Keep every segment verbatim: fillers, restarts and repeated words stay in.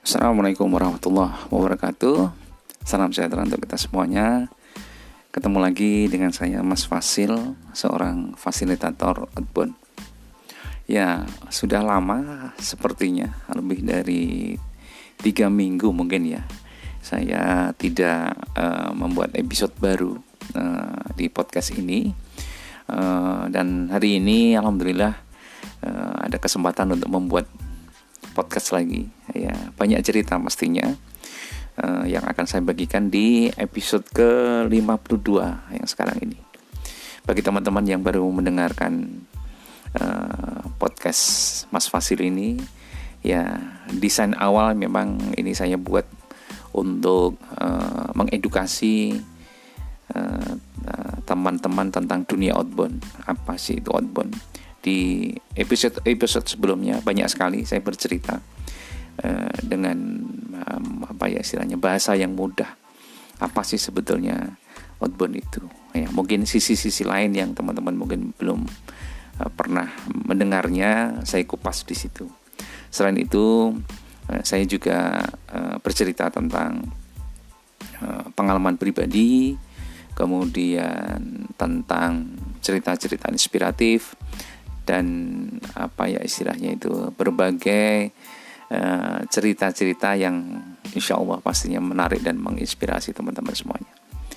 Assalamualaikum warahmatullahi wabarakatuh. Salam sejahtera untuk kita semuanya. Ketemu lagi dengan saya Mas Fasil, seorang fasilitator outbound. Ya, sudah lama sepertinya, lebih dari tiga minggu mungkin ya, saya tidak uh, membuat episode baru uh, di podcast ini. uh, Dan hari ini Alhamdulillah uh, ada kesempatan untuk membuat podcast lagi. Ya, banyak cerita pastinya uh, yang akan saya bagikan di episode ke lima puluh dua yang sekarang ini. Bagi teman-teman yang baru mendengarkan uh, podcast Mas Fasil ini, ya desain awal memang ini saya buat untuk uh, mengedukasi uh, uh, teman-teman tentang dunia outbound. Apa sih itu outbound? Di episode-episode sebelumnya banyak sekali saya bercerita uh, dengan um, apa ya istilahnya bahasa yang mudah. Apa sih sebetulnya outbound itu? Ya, mungkin sisi-sisi lain yang teman-teman mungkin belum uh, pernah mendengarnya, saya kupas di situ. Selain itu, uh, saya juga uh, bercerita tentang uh, pengalaman pribadi, kemudian tentang cerita-cerita inspiratif, dan apa ya istilahnya itu berbagai uh, cerita-cerita yang insya Allah pastinya menarik dan menginspirasi teman-teman semuanya.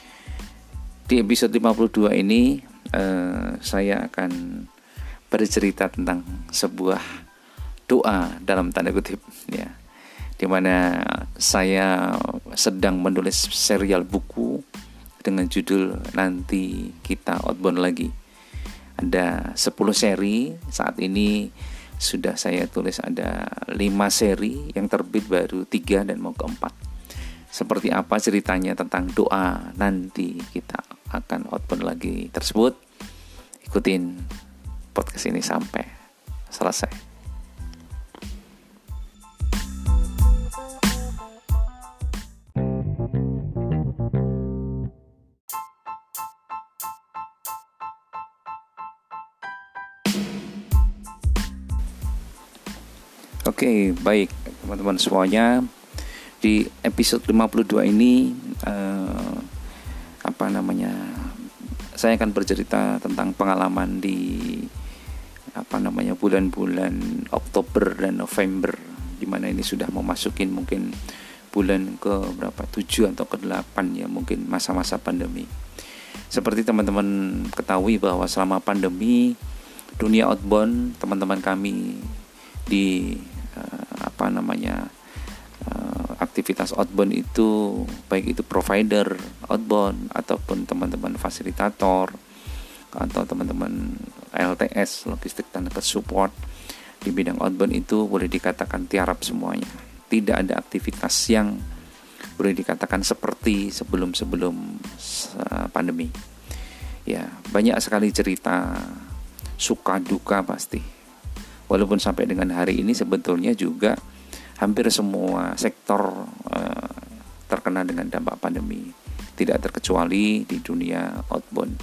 Di episode lima puluh dua ini uh, saya akan bercerita tentang sebuah doa dalam tanda kutip ya, di mana saya sedang menulis serial buku dengan judul Nanti Kita Outbound Lagi. Ada sepuluh seri, saat ini sudah saya tulis ada lima seri, yang terbit baru tiga dan mau keempat. Seperti apa ceritanya tentang doa nanti kita akan outbound lagi tersebut? Ikutin podcast ini sampai selesai. Oke, baik teman-teman semuanya. Di episode lima puluh dua ini eh, apa namanya? Saya akan bercerita tentang pengalaman di apa namanya bulan-bulan Oktober dan November, di mana ini sudah memasukin mungkin bulan ke berapa? tujuh atau ke delapan ya, mungkin masa-masa pandemi. Seperti teman-teman ketahui bahwa selama pandemi dunia outbound, teman-teman kami di uh, apa namanya uh, aktivitas outbound itu, baik itu provider outbound ataupun teman-teman fasilitator atau teman-teman L T S, logistik tenaga support di bidang outbound, itu boleh dikatakan tiarap semuanya. Tidak ada aktivitas yang boleh dikatakan seperti sebelum-sebelum uh, pandemi. Ya, banyak sekali cerita suka duka pasti. Walaupun sampai dengan hari ini sebetulnya juga hampir semua sektor uh, terkena dengan dampak pandemi, tidak terkecuali di dunia outbound.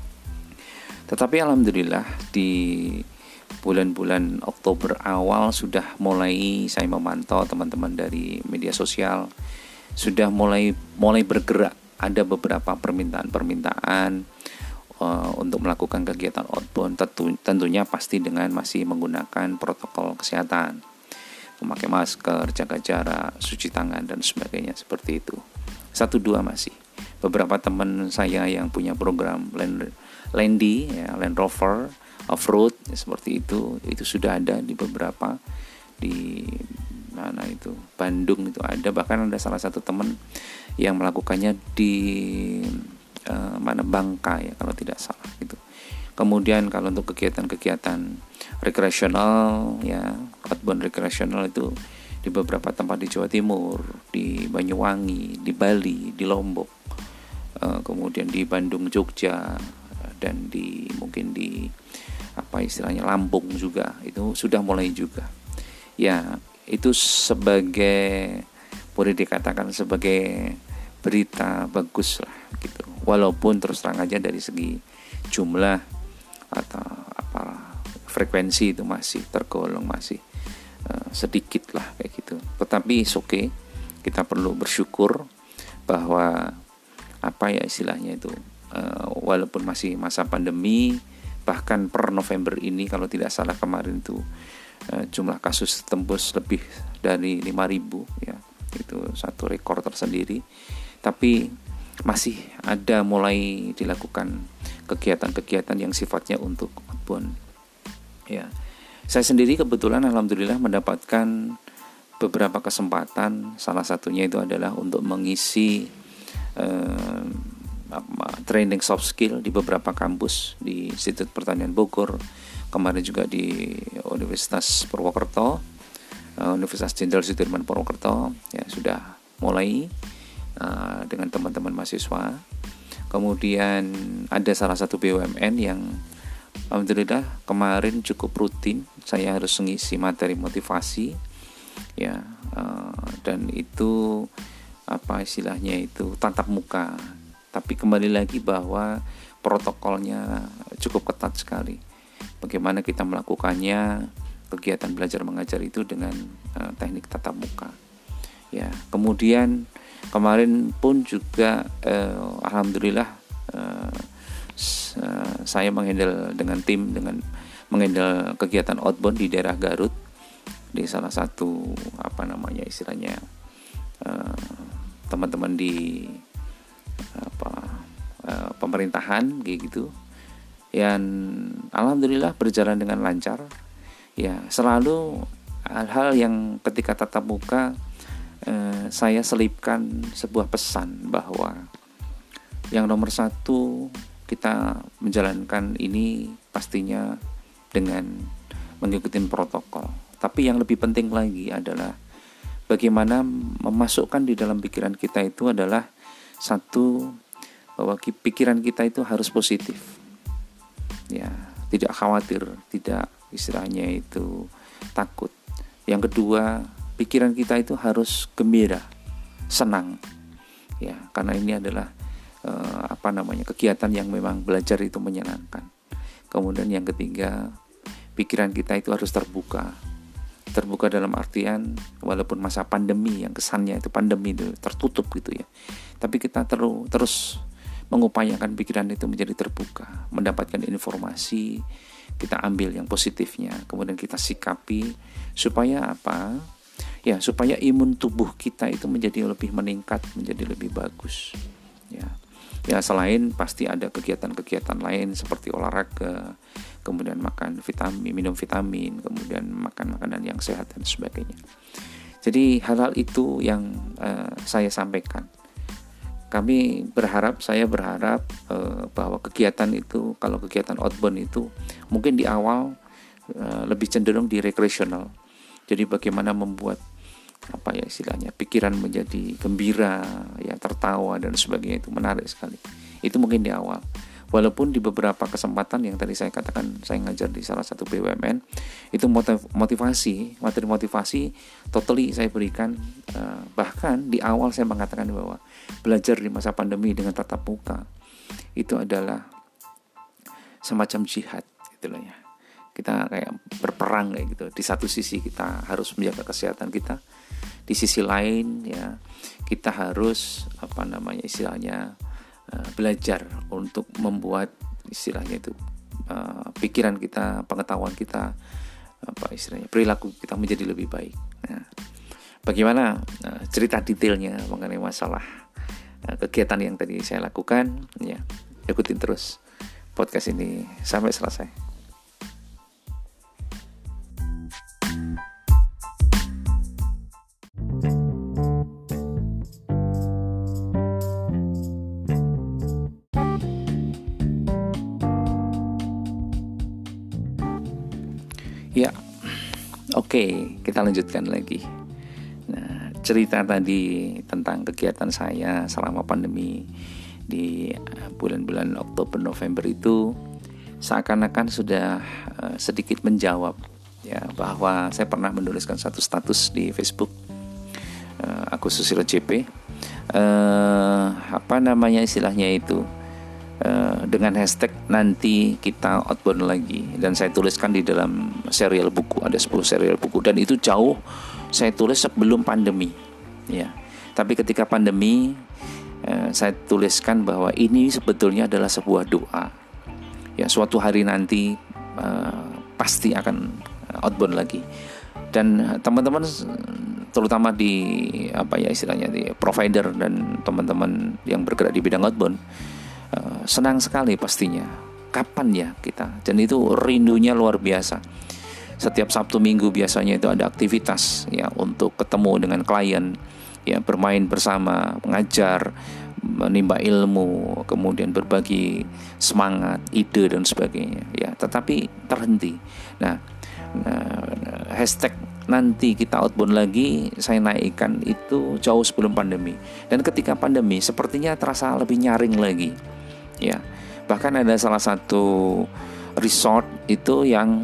Tetapi alhamdulillah di bulan-bulan Oktober awal sudah mulai saya memantau teman-teman dari media sosial sudah mulai mulai bergerak. Ada beberapa permintaan-permintaan Uh, untuk melakukan kegiatan outbound, tentu, tentunya pasti dengan masih menggunakan protokol kesehatan, memakai masker, jaga jarak, cuci tangan dan sebagainya seperti itu. Satu dua masih. Beberapa teman saya yang punya program land, Landy, ya, Land Rover, off-road, ya, seperti itu, itu sudah ada di beberapa di mana itu Bandung itu ada, bahkan ada salah satu teman yang melakukannya di Uh, mana Bangka ya kalau tidak salah gitu. Kemudian kalau untuk kegiatan-kegiatan rekreasional ya, outbound rekreasional itu di beberapa tempat di Jawa Timur, di Banyuwangi, di Bali, di Lombok, uh, kemudian di Bandung, Jogja, dan di mungkin di apa istilahnya Lampung juga, itu sudah mulai juga. Ya, itu sebagai boleh dikatakan sebagai berita bagus lah gitu. Walaupun terus terang aja dari segi jumlah atau apa frekuensi itu masih tergolong masih uh, sedikit lah kayak gitu. tetapi it's okay. Kita perlu bersyukur bahwa apa ya istilahnya itu, uh, walaupun masih masa pandemi, bahkan per November ini kalau tidak salah kemarin itu uh, jumlah kasus tembus lebih dari lima ribu ya, itu satu rekor tersendiri. Tapi masih ada mulai dilakukan kegiatan-kegiatan yang sifatnya untuk outbound ya. Saya sendiri kebetulan alhamdulillah mendapatkan beberapa kesempatan, salah satunya itu adalah untuk mengisi eh, training soft skill di beberapa kampus di Institut Pertanian Bogor, kemarin juga di Universitas Purwokerto, eh, Universitas Jenderal Sudirman Purwokerto ya, sudah mulai eh, dengan teman-teman mahasiswa. Kemudian ada salah satu B U M N yang alhamdulillah kemarin cukup rutin saya harus mengisi materi motivasi ya, uh, dan itu apa istilahnya itu tatap muka, tapi kembali lagi bahwa protokolnya cukup ketat sekali. Bagaimana kita melakukannya, kegiatan belajar mengajar itu dengan uh, teknik tatap muka ya. Kemudian kemarin pun juga uh, alhamdulillah uh, saya menghandle dengan tim dengan menghandle kegiatan outbound di daerah Garut, di salah satu apa namanya istilahnya uh, teman-teman di apa uh, pemerintahan kayak gitu. Dan alhamdulillah berjalan dengan lancar ya. Selalu hal-hal yang ketika tatap muka uh, saya selipkan sebuah pesan bahwa yang nomor satu, kita menjalankan ini pastinya dengan mengikuti protokol. Tapi yang lebih penting lagi adalah bagaimana memasukkan di dalam pikiran kita itu adalah satu, bahwa pikiran kita itu harus positif. Ya, tidak khawatir, tidak istilahnya itu takut. Yang kedua, pikiran kita itu harus gembira, senang. Ya, karena ini adalah Uh, apa namanya kegiatan yang memang belajar itu menyenangkan. Kemudian yang ketiga, pikiran kita itu harus terbuka. Terbuka dalam artian walaupun masa pandemi yang kesannya itu pandemi itu tertutup gitu ya, tapi kita terus terus mengupayakan pikiran itu menjadi terbuka, mendapatkan informasi, kita ambil yang positifnya, kemudian kita sikapi supaya apa? Ya, supaya imun tubuh kita itu menjadi lebih meningkat, menjadi lebih bagus. Ya. Ya, selain pasti ada kegiatan-kegiatan lain seperti olahraga, kemudian makan vitamin, minum vitamin, kemudian makan makanan yang sehat dan sebagainya. Jadi hal-hal itu yang uh, saya sampaikan. Kami berharap, saya berharap uh, bahwa kegiatan itu, kalau kegiatan outbound itu mungkin di awal uh, lebih cenderung di recreational. Jadi bagaimana membuat apa ya istilahnya pikiran menjadi gembira ya, tertawa dan sebagainya, itu menarik sekali. Itu mungkin di awal. Walaupun di beberapa kesempatan yang tadi saya katakan, saya ngajar di salah satu B U M N, itu motivasi, materi motivasi totally saya berikan. uh, bahkan di awal saya mengatakan bahwa belajar di masa pandemi dengan tatap muka itu adalah semacam jihad gitu loh ya. Kita kayak berperang kayak gitu. Di satu sisi kita harus menjaga kesehatan kita, di sisi lain ya kita harus apa namanya istilahnya uh, belajar untuk membuat istilahnya itu uh, pikiran kita, pengetahuan kita, apa istilahnya perilaku kita menjadi lebih baik. Nah, bagaimana uh, cerita detailnya mengenai masalah uh, kegiatan yang tadi saya lakukan ya, ikutin terus podcast ini sampai selesai. Ya, oke, okay, kita lanjutkan lagi. Nah, cerita tadi tentang kegiatan saya selama pandemi di bulan-bulan Oktober November itu seakan-akan sudah uh, sedikit menjawab ya, bahwa saya pernah menuliskan satu status di Facebook, uh, aku Susilo J P, uh, apa namanya istilahnya itu, uh, dengan hashtag nanti kita outbound lagi, dan saya tuliskan di dalam serial buku, ada sepuluh serial buku, dan itu jauh saya tulis sebelum pandemi ya. Tapi ketika pandemi eh, saya tuliskan bahwa ini sebetulnya adalah sebuah doa ya, suatu hari nanti eh, pasti akan outbound lagi. Dan teman-teman terutama di apa ya istilahnya di provider dan teman-teman yang bergerak di bidang outbound uh, senang sekali pastinya kapan ya kita, dan itu rindunya luar biasa. Setiap Sabtu Minggu biasanya itu ada aktivitas ya untuk ketemu dengan klien ya, bermain bersama, mengajar, menimba ilmu, kemudian berbagi semangat, ide dan sebagainya ya, tetapi terhenti. Nah, nah hashtag nanti kita outbound lagi saya naikkan itu jauh sebelum pandemi, dan ketika pandemi sepertinya terasa lebih nyaring lagi ya. Bahkan ada salah satu resort itu yang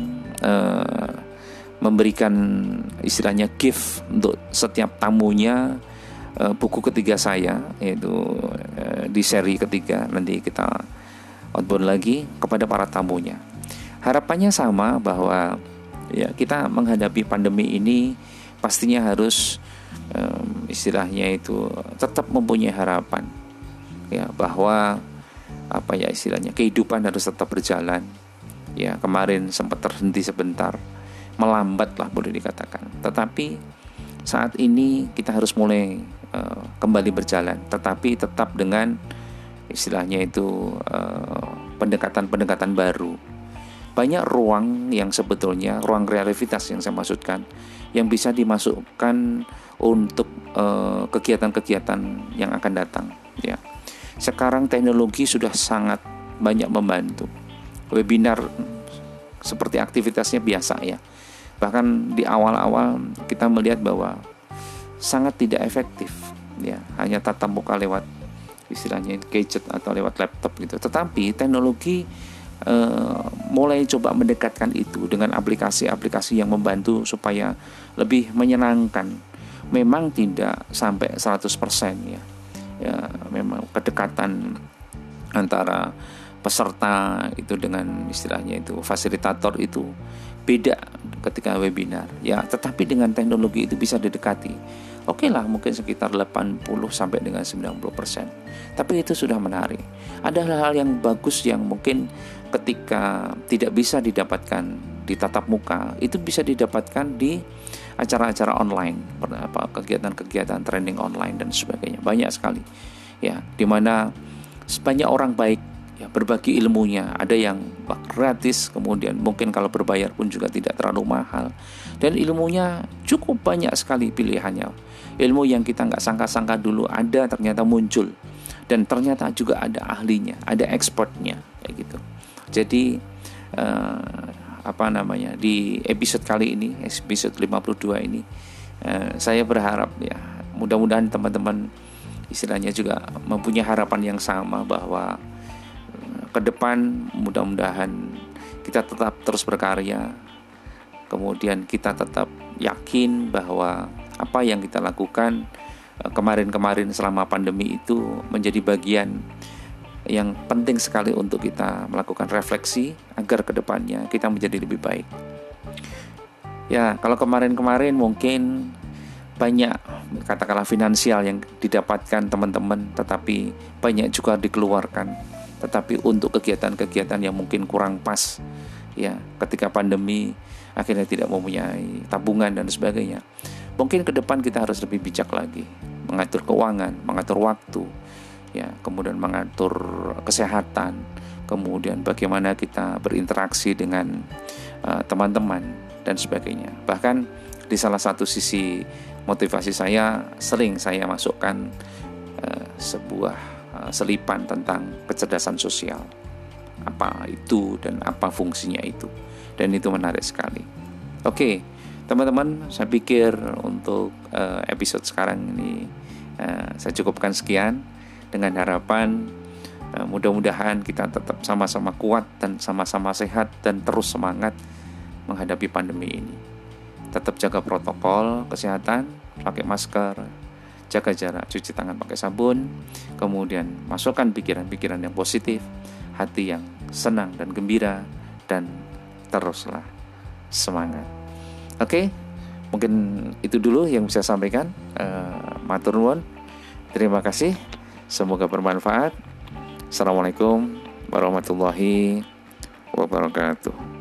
eh, memberikan istilahnya gift untuk setiap tamunya eh, buku ketiga saya, yaitu eh, di seri ketiga nanti kita outbound lagi kepada para tamunya. Harapannya sama bahwa ya kita menghadapi pandemi ini pastinya harus um, istilahnya itu tetap mempunyai harapan ya, bahwa apa ya istilahnya kehidupan harus tetap berjalan ya. Kemarin sempat terhenti sebentar, melambat lah boleh dikatakan, tetapi saat ini kita harus mulai uh, kembali berjalan, tetapi tetap dengan istilahnya itu uh, pendekatan-pendekatan baru. Banyak ruang yang sebetulnya, ruang kreativitas yang saya maksudkan, yang bisa dimasukkan untuk uh, kegiatan-kegiatan yang akan datang ya. Sekarang teknologi sudah sangat banyak membantu. Webinar seperti aktivitasnya biasa ya. Bahkan di awal-awal kita melihat bahwa sangat tidak efektif ya, hanya tatap muka lewat istilahnya gadget atau lewat laptop gitu. Tetapi teknologi Uh, mulai coba mendekatkan itu dengan aplikasi-aplikasi yang membantu supaya lebih menyenangkan. Memang tidak sampai seratus persen ya. Ya, memang kedekatan antara peserta itu dengan istilahnya itu fasilitator itu beda ketika webinar ya, tetapi dengan teknologi itu bisa didekati. Oke lah, mungkin sekitar delapan puluh sampai dengan sembilan puluh persen. Tapi itu sudah menarik. Ada hal-hal yang bagus yang mungkin ketika tidak bisa didapatkan di tatap muka, itu bisa didapatkan di acara-acara online, apa kegiatan-kegiatan training online dan sebagainya. Banyak sekali. Ya, di mana banyak orang baik ya berbagi ilmunya. Ada yang gratis, kemudian mungkin kalau berbayar pun juga tidak terlalu mahal. Dan ilmunya cukup banyak sekali pilihannya. Ilmu yang kita nggak sangka-sangka dulu ada ternyata muncul, dan ternyata juga ada ahlinya, ada expertnya kayak gitu. Jadi eh, apa namanya di episode kali ini, episode lima puluh dua ini, eh, saya berharap ya mudah-mudahan teman-teman istilahnya juga mempunyai harapan yang sama bahwa eh, ke depan mudah-mudahan kita tetap terus berkarya, kemudian kita tetap yakin bahwa apa yang kita lakukan kemarin-kemarin selama pandemi itu menjadi bagian yang penting sekali untuk kita melakukan refleksi agar kedepannya kita menjadi lebih baik. Ya, kalau kemarin-kemarin mungkin banyak katakanlah finansial yang didapatkan teman-teman, tetapi banyak juga dikeluarkan. Tetapi untuk kegiatan-kegiatan yang mungkin kurang pas, ya, ketika pandemi akhirnya tidak mempunyai tabungan dan sebagainya. Mungkin ke depan kita harus lebih bijak lagi, mengatur keuangan, mengatur waktu, ya, kemudian mengatur kesehatan, kemudian bagaimana kita berinteraksi dengan uh, teman-teman dan sebagainya. Bahkan di salah satu sisi motivasi saya, sering saya masukkan uh, sebuah uh, selipan tentang kecerdasan sosial. Apa itu dan apa fungsinya itu. Dan itu menarik sekali. Oke, teman-teman, saya pikir untuk uh, episode sekarang ini uh, saya cukupkan sekian, dengan harapan uh, mudah-mudahan kita tetap sama-sama kuat dan sama-sama sehat dan terus semangat menghadapi pandemi ini. Tetap jaga protokol kesehatan, pakai masker, jaga jarak, cuci tangan pakai sabun, kemudian masukkan pikiran-pikiran yang positif, hati yang senang dan gembira, dan teruslah semangat. Oke, mungkin itu dulu yang bisa saya sampaikan. uh, Matur nuwun, terima kasih, semoga bermanfaat. Assalamualaikum warahmatullahi wabarakatuh.